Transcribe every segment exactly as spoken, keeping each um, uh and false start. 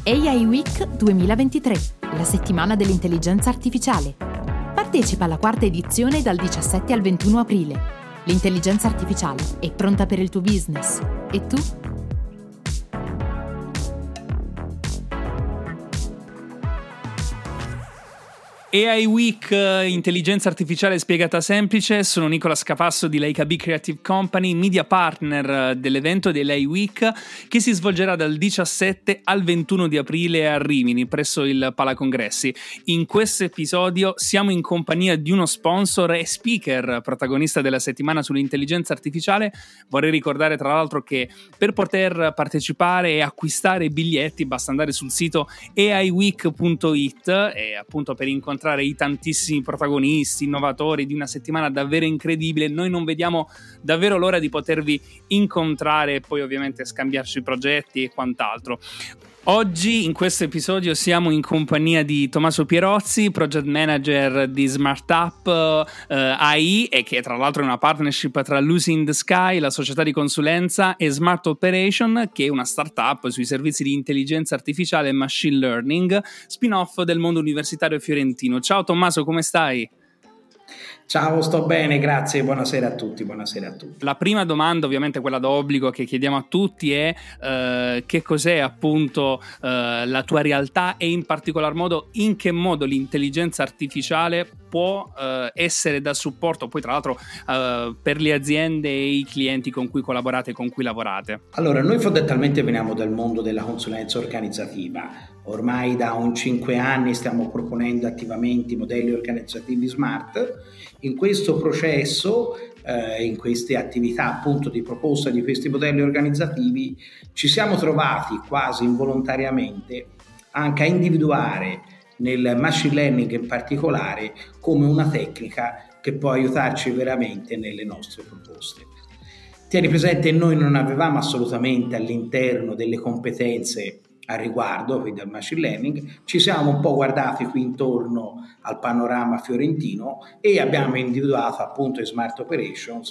A I Week duemilaventitré, la settimana dell'intelligenza artificiale. Partecipa alla quarta edizione dal diciassette al ventuno aprile. L'intelligenza artificiale è pronta per il tuo business. E tu? A I Week, intelligenza artificiale spiegata semplice. Sono Nicola Scapasso di Leica B Creative Company, media partner dell'evento dell'A I Week, che si svolgerà dal diciassette al ventuno di aprile a Rimini, presso il Palacongressi. In questo episodio siamo in compagnia di uno sponsor e speaker, protagonista della settimana sull'intelligenza artificiale. Vorrei ricordare tra l'altro che per poter partecipare e acquistare i biglietti basta andare sul sito a i week punto it e appunto per incontrare i tantissimi protagonisti, innovatori di una settimana davvero incredibile. Noi non vediamo davvero l'ora di potervi incontrare e poi ovviamente scambiarci progetti e quant'altro. Oggi in questo episodio siamo in compagnia di Tommaso Pierozzi, project manager di SmartUp eh, A I, e che tra l'altro è una partnership tra Lucy in the Sky, la società di consulenza, e Smart Operation, che è una startup sui servizi di intelligenza artificiale e machine learning, spin-off del mondo universitario fiorentino. Ciao Tommaso, come stai? Ciao, sto bene, grazie, buonasera a tutti, buonasera a tutti. La prima domanda, ovviamente quella d'obbligo che chiediamo a tutti, è eh, che cos'è appunto eh, la tua realtà e in particolar modo in che modo l'intelligenza artificiale può eh, essere da supporto poi tra l'altro eh, per le aziende e i clienti con cui collaborate e con cui lavorate. Allora, noi fondamentalmente veniamo dal mondo della consulenza organizzativa. Ormai da un cinque anni stiamo proponendo attivamente modelli organizzativi smart. In questo processo, eh, in queste attività appunto di proposta di questi modelli organizzativi, ci siamo trovati quasi involontariamente anche a individuare nel machine learning in particolare come una tecnica che può aiutarci veramente nelle nostre proposte. Tieni presente, noi non avevamo assolutamente all'interno delle competenze a riguardo, quindi al machine learning, ci siamo un po' guardati qui intorno al panorama fiorentino e abbiamo individuato appunto in Smart Operations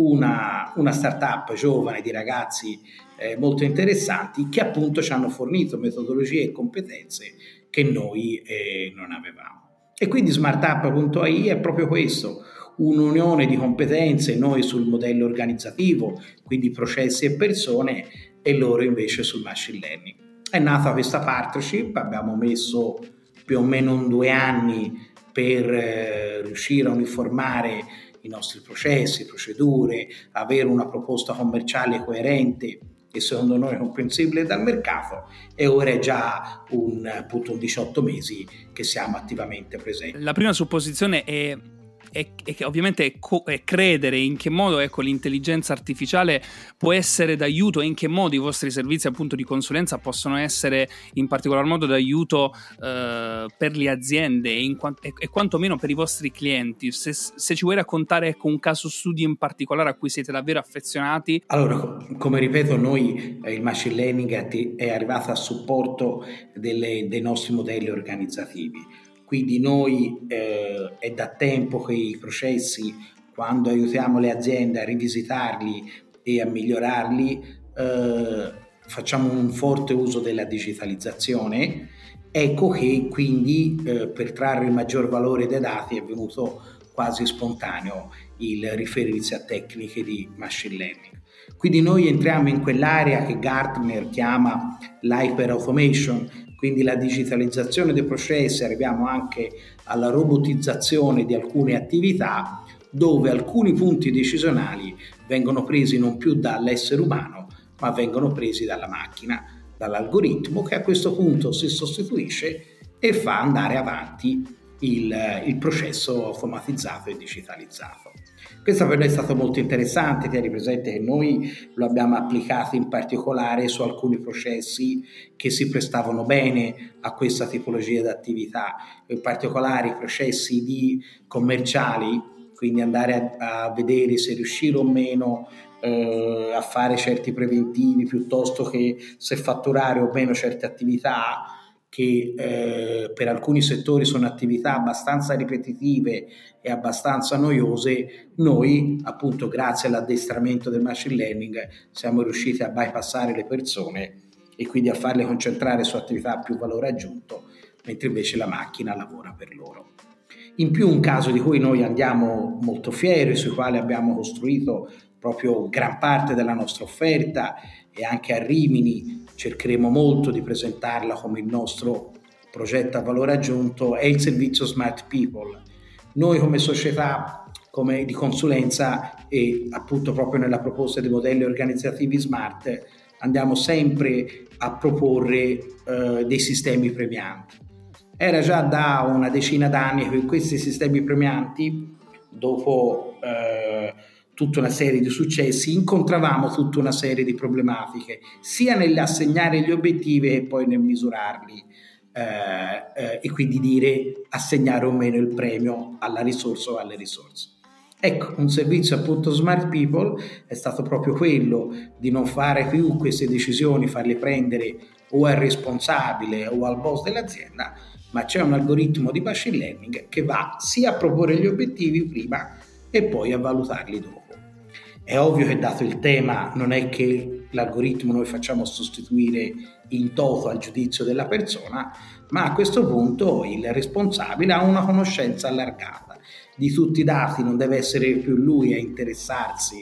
una, una startup giovane di ragazzi eh, molto interessanti che appunto ci hanno fornito metodologie e competenze che noi eh, non avevamo. E quindi SmartUp punto a i è proprio questo, un'unione di competenze, noi sul modello organizzativo, quindi processi e persone, e loro invece sul machine learning. È nata questa partnership, abbiamo messo più o meno un due anni per eh, riuscire a uniformare i nostri processi, procedure, avere una proposta commerciale coerente e secondo noi comprensibile dal mercato, e ora è già un, appunto, un diciotto mesi che siamo attivamente presenti. La prima supposizione è E, e che ovviamente è, co- è credere in che modo ecco, l'intelligenza artificiale può essere d'aiuto e in che modo i vostri servizi appunto di consulenza possono essere in particolar modo d'aiuto eh, per le aziende e, in quant- e, e quantomeno per i vostri clienti. Se, se ci vuoi raccontare ecco, un caso studio in particolare a cui siete davvero affezionati. Allora, come ripeto, noi eh, il machine learning è, atti- è arrivato a supporto delle, dei nostri modelli organizzativi. Quindi noi eh, è da tempo che i processi, quando aiutiamo le aziende a rivisitarli e a migliorarli, eh, facciamo un forte uso della digitalizzazione. Ecco che quindi eh, per trarre il maggior valore dai dati è venuto quasi spontaneo il riferirsi a tecniche di machine learning. Quindi noi entriamo in quell'area che Gartner chiama l'hyper automation, quindi la digitalizzazione dei processi, arriviamo anche alla robotizzazione di alcune attività dove alcuni punti decisionali vengono presi non più dall'essere umano, ma vengono presi dalla macchina, dall'algoritmo, che a questo punto si sostituisce e fa andare avanti il, il processo automatizzato e digitalizzato. Questo per noi è stato molto interessante. Tieni presente che noi lo abbiamo applicato in particolare su alcuni processi che si prestavano bene a questa tipologia di attività, in particolare i processi di commerciali, quindi andare a, a vedere se riuscire o meno eh, a fare certi preventivi piuttosto che se fatturare o meno certe attività che eh, per alcuni settori sono attività abbastanza ripetitive e abbastanza noiose. Noi appunto grazie all'addestramento del machine learning siamo riusciti a bypassare le persone e quindi a farle concentrare su attività a più valore aggiunto, mentre invece la macchina lavora per loro. In più, un caso di cui noi andiamo molto fieri, sui quali abbiamo costruito proprio gran parte della nostra offerta, e anche a Rimini cercheremo molto di presentarla come il nostro progetto a valore aggiunto, è il servizio Smart People. Noi come società come di consulenza e appunto proprio nella proposta di modelli organizzativi smart andiamo sempre a proporre eh, dei sistemi premianti. Era già da una decina d'anni che questi sistemi premianti, dopo eh, tutta una serie di successi, incontravamo tutta una serie di problematiche, sia nell'assegnare gli obiettivi che poi nel misurarli, eh, eh, e quindi dire assegnare o meno il premio alla risorsa o alle risorse. Ecco, un servizio appunto Smart People è stato proprio quello di non fare più queste decisioni, farle prendere o al responsabile o al boss dell'azienda, ma c'è un algoritmo di machine learning che va sia a proporre gli obiettivi prima e poi a valutarli dopo. È ovvio che dato il tema non è che l'algoritmo noi facciamo sostituire in toto al giudizio della persona, ma a questo punto il responsabile ha una conoscenza allargata di tutti i dati, non deve essere più lui a interessarsi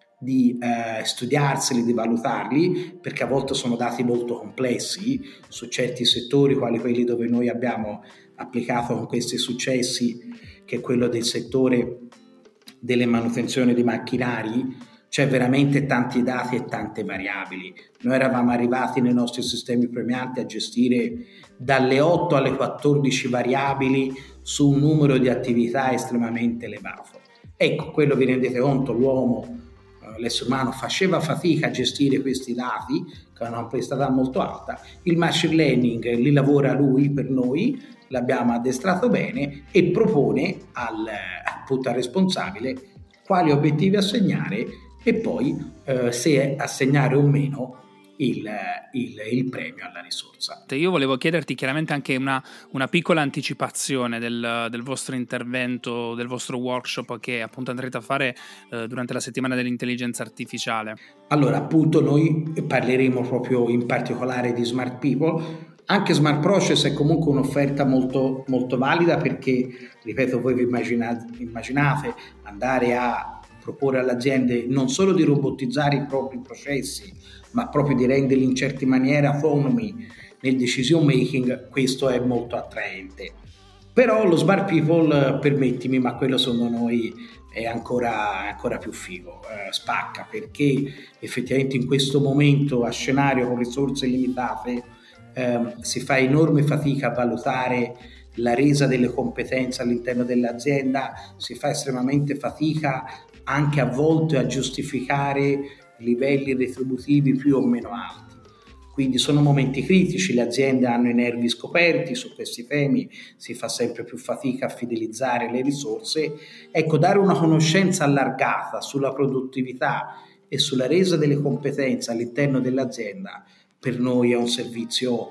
di eh, studiarseli, di valutarli, perché a volte sono dati molto complessi su certi settori, quali quelli dove noi abbiamo applicato con questi successi, che è quello del settore delle manutenzioni di macchinari. C'è veramente tanti dati e tante variabili. Noi eravamo arrivati nei nostri sistemi premianti a gestire dalle otto alle quattordici variabili su un numero di attività estremamente elevato. Ecco, quello vi rendete conto, l'uomo, l'essere umano faceva fatica a gestire questi dati con una complessità molto alta. Il machine learning li lavora lui per noi, l'abbiamo addestrato bene e propone al, appunto, al responsabile quali obiettivi assegnare e poi eh, se assegnare o meno il, il, il premio alla risorsa. Io volevo chiederti chiaramente anche una, una piccola anticipazione del, del vostro intervento, del vostro workshop che appunto andrete a fare eh, durante la settimana dell'intelligenza artificiale. Allora, appunto, noi parleremo proprio in particolare di Smart People. Anche Smart Process è comunque un'offerta molto, molto valida, perché, ripeto, voi vi immaginate, immaginate andare a proporre alle aziende non solo di robotizzare i propri processi, ma proprio di renderli in certe maniere autonomi nel decision making. Questo è molto attraente. Però lo Smart People, permettimi, ma quello secondo noi è ancora, ancora più figo, eh, spacca, perché effettivamente in questo momento a scenario con risorse limitate eh, si fa enorme fatica a valutare la resa delle competenze all'interno dell'azienda, si fa estremamente fatica anche a volte a giustificare livelli retributivi più o meno alti. Quindi sono momenti critici, le aziende hanno i nervi scoperti su questi temi, si fa sempre più fatica a fidelizzare le risorse. Ecco, dare una conoscenza allargata sulla produttività e sulla resa delle competenze all'interno dell'azienda per noi è un servizio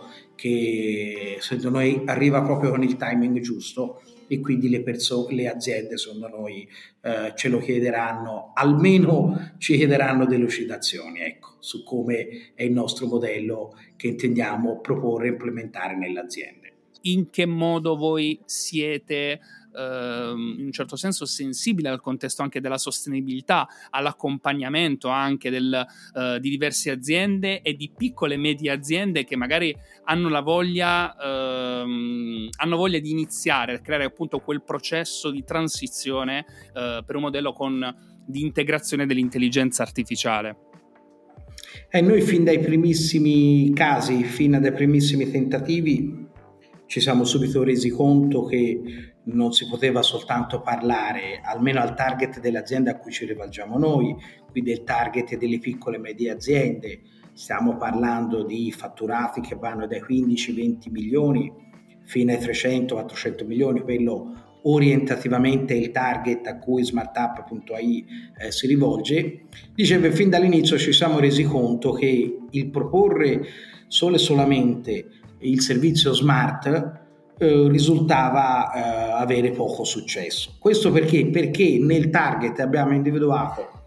che secondo noi arriva proprio con il timing giusto, e quindi le persone, le aziende secondo noi eh, ce lo chiederanno, almeno ci chiederanno delucidazioni, ecco, su come è il nostro modello che intendiamo proporre e implementare nelle aziende. In che modo voi siete in un certo senso sensibile al contesto anche della sostenibilità, all'accompagnamento anche del, uh, di diverse aziende e di piccole e medie aziende che magari hanno la voglia uh, hanno voglia di iniziare a creare appunto quel processo di transizione uh, per un modello con, di integrazione dell'intelligenza artificiale. E noi fin dai primissimi casi, fin dai primissimi tentativi ci siamo subito resi conto che non si poteva soltanto parlare, almeno al target delle aziende a cui ci rivolgiamo noi, quindi il target delle piccole e medie aziende. Stiamo parlando di fatturati che vanno dai quindici venti milioni fino ai trecento quattrocento milioni, quello orientativamente è il target a cui smartup punto a i eh, si rivolge. Dicevo, fin dall'inizio ci siamo resi conto che il proporre solo e solamente il servizio smart eh, risultava eh, avere poco successo. Questo perché? Perché nel target abbiamo individuato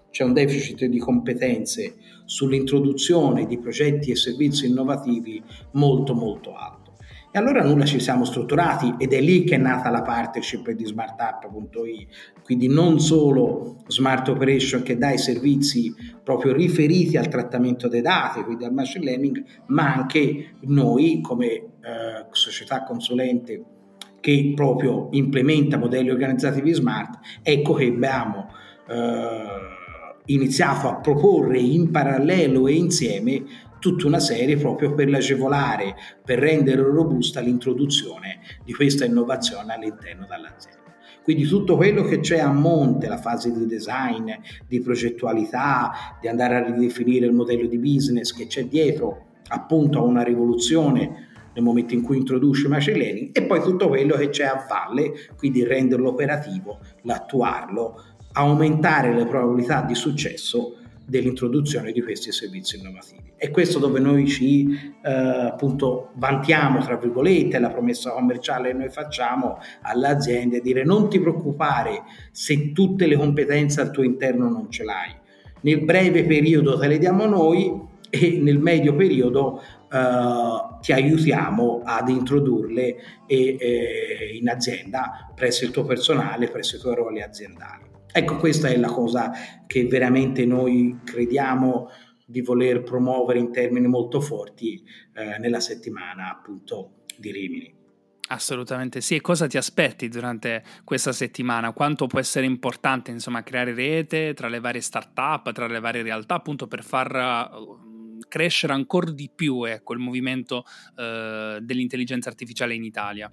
c'è un deficit di competenze sull'introduzione di progetti e servizi innovativi molto molto alto. E allora nulla ci siamo strutturati ed è lì che è nata la partnership di smartup punto i, quindi non solo Smart Operation che dà i servizi proprio riferiti al trattamento dei dati, quindi al machine learning, ma anche noi come eh, società consulente che proprio implementa modelli organizzativi smart. Ecco che abbiamo eh, iniziato a proporre in parallelo e insieme tutta una serie proprio per agevolare, per rendere robusta l'introduzione di questa innovazione all'interno dell'azienda. Quindi tutto quello che c'è a monte, la fase di design, di progettualità, di andare a ridefinire il modello di business che c'è dietro appunto a una rivoluzione nel momento in cui introduce machine learning, e poi tutto quello che c'è a valle, quindi renderlo operativo, l'attuarlo, aumentare le probabilità di successo dell'introduzione di questi servizi innovativi. E questo dove noi ci eh, appunto vantiamo, tra virgolette, la promessa commerciale che noi facciamo alle aziende, dire non ti preoccupare se tutte le competenze al tuo interno non ce l'hai. Nel breve periodo te le diamo noi e nel medio periodo Uh, ti aiutiamo ad introdurle e, eh, in azienda presso il tuo personale, presso i tuoi ruoli aziendali. Ecco, questa è la cosa che veramente noi crediamo di voler promuovere in termini molto forti eh, nella settimana appunto di Rimini. Assolutamente sì. E cosa ti aspetti durante questa settimana? Quanto può essere importante, insomma, creare rete tra le varie start-up, tra le varie realtà, appunto per far uh, crescere ancora di più ecco, il movimento eh, dell'intelligenza artificiale in Italia?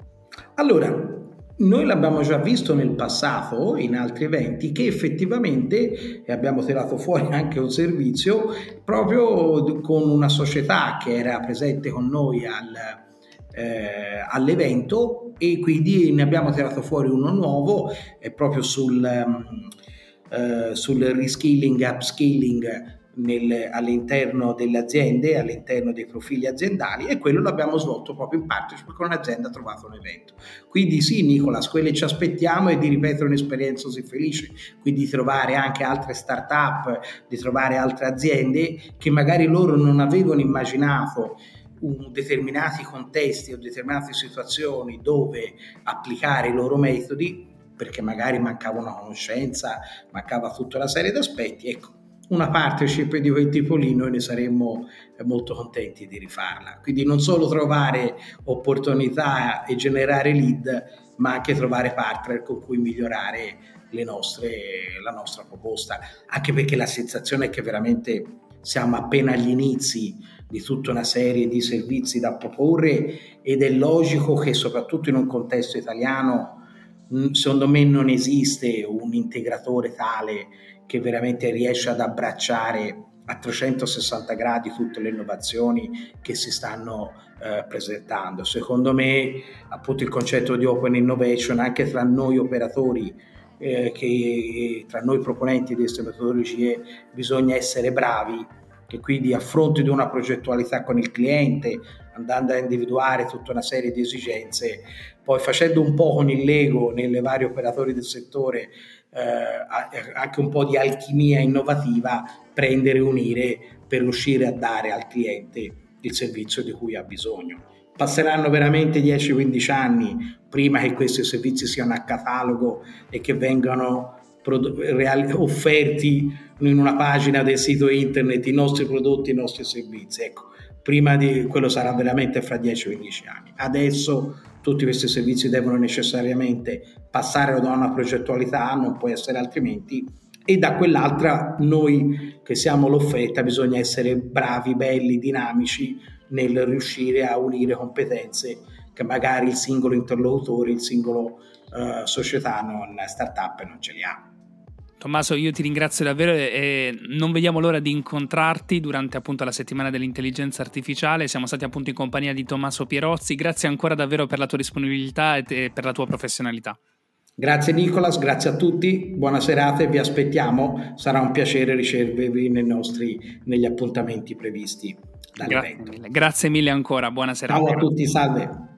Allora, noi l'abbiamo già visto nel passato in altri eventi che effettivamente, e abbiamo tirato fuori anche un servizio proprio con una società che era presente con noi al, eh, all'evento, e quindi ne abbiamo tirato fuori uno nuovo eh, proprio sul, um, eh, sul reskilling e upskilling Nel, all'interno delle aziende, all'interno dei profili aziendali, e quello l'abbiamo svolto proprio in partnership con un'azienda trovato un evento. Quindi sì, Nicolas, quelle ci aspettiamo è di ripetere un'esperienza così felice, quindi di trovare anche altre start-up, di trovare altre aziende che magari loro non avevano immaginato un determinati contesti o determinate situazioni dove applicare i loro metodi, perché magari mancava una conoscenza, mancava tutta una serie di aspetti. Ecco, una partnership di quel tipo lì noi ne saremmo molto contenti di rifarla. Quindi non solo trovare opportunità e generare lead, ma anche trovare partner con cui migliorare le nostre, la nostra proposta, anche perché la sensazione è che veramente siamo appena agli inizi di tutta una serie di servizi da proporre, ed è logico che soprattutto in un contesto italiano secondo me non esiste un integratore tale che veramente riesce ad abbracciare a trecentosessanta gradi tutte le innovazioni che si stanno eh, presentando. Secondo me appunto il concetto di open innovation anche tra noi operatori, eh, che tra noi proponenti di queste metodologie, bisogna essere bravi, che quindi a fronte di una progettualità con il cliente, andando a individuare tutta una serie di esigenze, poi facendo un po' con il Lego nelle vari operatori del settore, eh, anche un po' di alchimia innovativa, prendere e unire per riuscire a dare al cliente il servizio di cui ha bisogno. Passeranno veramente dieci quindici anni prima che questi servizi siano a catalogo e che vengano prodo- reali- offerti in una pagina del sito internet i nostri prodotti, i nostri servizi. Ecco, prima di quello sarà veramente fra dieci quindici anni. Adesso tutti questi servizi devono necessariamente passare da una progettualità, non può essere altrimenti, e da quell'altra noi che siamo l'offerta bisogna essere bravi, belli, dinamici nel riuscire a unire competenze che magari il singolo interlocutore, il singolo uh, società, non, startup non ce li ha. Tommaso, io ti ringrazio davvero e non vediamo l'ora di incontrarti durante appunto la settimana dell'intelligenza artificiale. Siamo stati appunto in compagnia di Tommaso Pierozzi. Grazie ancora davvero per la tua disponibilità e per la tua professionalità. Grazie Nicolas, grazie a tutti, buona serata e vi aspettiamo. Sarà un piacere ricevervi nei nostri, negli appuntamenti previsti dall'evento. Grazie mille, grazie mille ancora, buona serata. Ciao a tutti, salve.